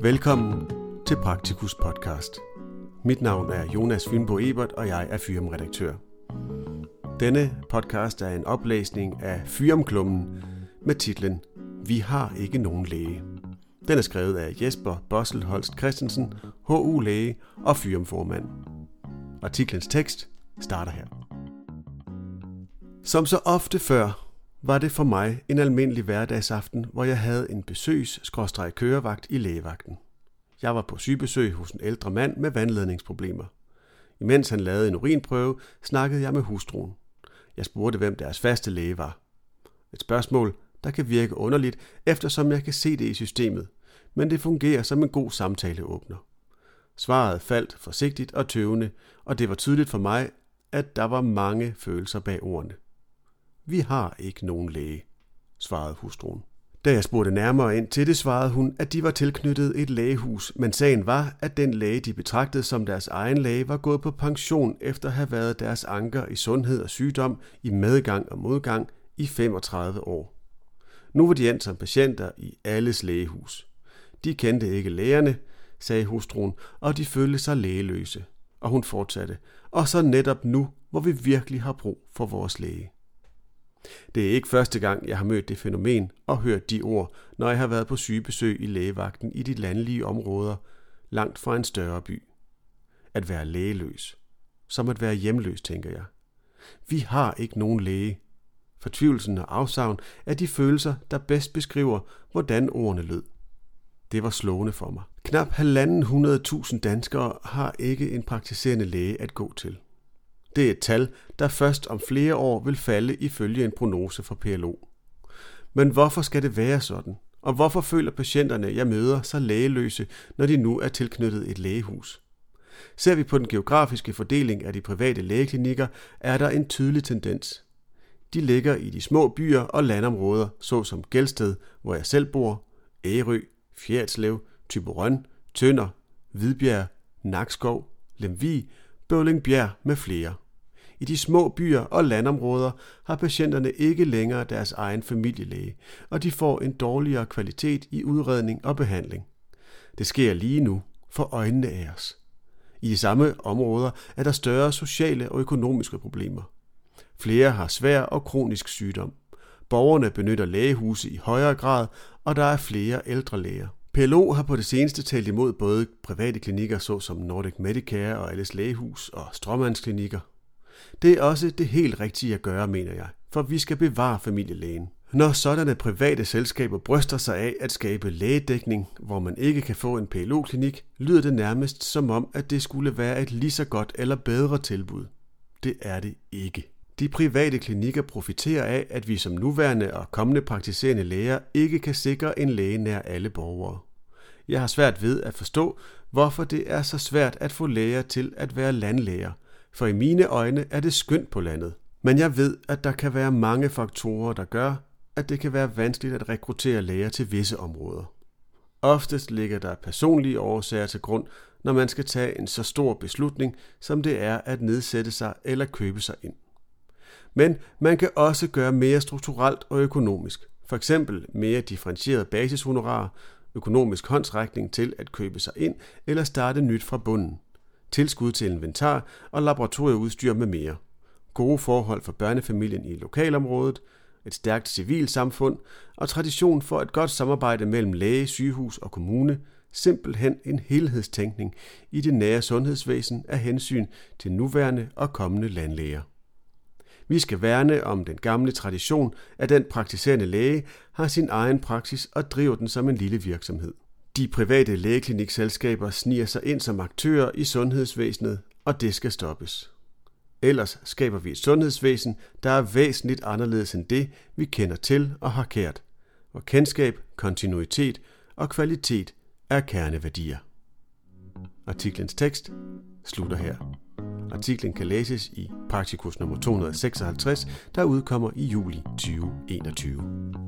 Velkommen til Praktikus podcast. Mit navn er Jonas Fynbo Ebert, og jeg er Fyrum-redaktør. Denne podcast er en oplæsning af Fyrum-klummen med titlen Vi har ikke nogen læge. Den er skrevet af Jesper Bossel Holst Christensen, HU-læge og Fyrum-formand. Artiklens tekst starter her. Som så ofte før var det for mig en almindelig hverdagsaften, hvor jeg havde en besøgs-kørevagt i lægevagten. Jeg var på sygebesøg hos en ældre mand med vandledningsproblemer. Imens han lavede en urinprøve, snakkede jeg med hustruen. Jeg spurgte, hvem deres faste læge var. Et spørgsmål, der kan virke underligt, eftersom jeg kan se det i systemet, men det fungerer som en god samtaleåbner. Svaret faldt forsigtigt og tøvende, og det var tydeligt for mig, at der var mange følelser bag ordene. Vi har ikke nogen læge, svarede hustruen. Da jeg spurgte nærmere ind til det, svarede hun, at de var tilknyttet et lægehus, men sagen var, at den læge, de betragtede som deres egen læge, var gået på pension efter at have været deres anker i sundhed og sygdom, i medgang og modgang i 35 år. Nu var de endt som patienter i alles lægehus. De kendte ikke lægerne, sagde hustruen, og de følte sig lægeløse. Og hun fortsatte, og så netop nu, hvor vi virkelig har brug for vores læge. Det er ikke første gang, jeg har mødt det fænomen og hørt de ord, når jeg har været på sygebesøg i lægevagten i de landlige områder, langt fra en større by. At være lægeløs. Som at være hjemløs, tænker jeg. Vi har ikke nogen læge. Fortvivlelsen og afsavn er de følelser, der bedst beskriver, hvordan ordene lød. Det var slående for mig. Knap 1.500.000 danskere har ikke en praktiserende læge at gå til. Det er et tal, der først om flere år vil falde ifølge en prognose fra PLO. Men hvorfor skal det være sådan? Og hvorfor føler patienterne, jeg møder, sig lægeløse, når de nu er tilknyttet et lægehus? Ser vi på den geografiske fordeling af de private lægeklinikker, er der en tydelig tendens. De ligger i de små byer og landområder, såsom Gelsted, hvor jeg selv bor, Ærø, Fjerritslev, Thyborøn, Tønder, Hvidbjerg, Nakskov, Lemvig, Bøvlingbjerg med flere. I de små byer og landområder har patienterne ikke længere deres egen familielæge, og de får en dårligere kvalitet i udredning og behandling. Det sker lige nu for øjnene af os. I de samme områder er der større sociale og økonomiske problemer. Flere har svær og kronisk sygdom. Borgerne benytter lægehuse i højere grad, og der er flere ældre læger. PLO har på det seneste talt imod både private klinikker såsom Nordic Medicare og Alles Lægehus og stråmandsklinikker. Det er også det helt rigtige at gøre, mener jeg, for vi skal bevare familielægen. Når sådanne private selskaber bryster sig af at skabe lægedækning, hvor man ikke kan få en PLO-klinik, lyder det nærmest som om, at det skulle være et lige så godt eller bedre tilbud. Det er det ikke. De private klinikker profiterer af, at vi som nuværende og kommende praktiserende læger ikke kan sikre en læge nær alle borgere. Jeg har svært ved at forstå, hvorfor det er så svært at få læger til at være landlæger, for i mine øjne er det skønt på landet. Men jeg ved, at der kan være mange faktorer, der gør, at det kan være vanskeligt at rekruttere læger til visse områder. Oftest ligger der personlige årsager til grund, når man skal tage en så stor beslutning, som det er at nedsætte sig eller købe sig ind. Men man kan også gøre mere strukturelt og økonomisk. For eksempel mere differentieret basishonorar, økonomisk håndsrækning til at købe sig ind eller starte nyt fra bunden. Tilskud til inventar og laboratorieudstyr med mere. Gode forhold for børnefamilien i lokalområdet, et stærkt civilsamfund og tradition for et godt samarbejde mellem læge, sygehus og kommune. Simpelthen en helhedstænkning i det nære sundhedsvæsen af hensyn til nuværende og kommende landlæger. Vi skal værne om den gamle tradition, at den praktiserende læge har sin egen praksis og driver den som en lille virksomhed. De private lægeklinikselskaber sniger sig ind som aktører i sundhedsvæsenet, og det skal stoppes. Ellers skaber vi et sundhedsvæsen, der er væsentligt anderledes end det, vi kender til og har kært, hvor kendskab, kontinuitet og kvalitet er kerneværdier. Artiklens tekst slutter her. Artiklen kan læses i Praktikus nummer 256, der udkommer i juli 2021.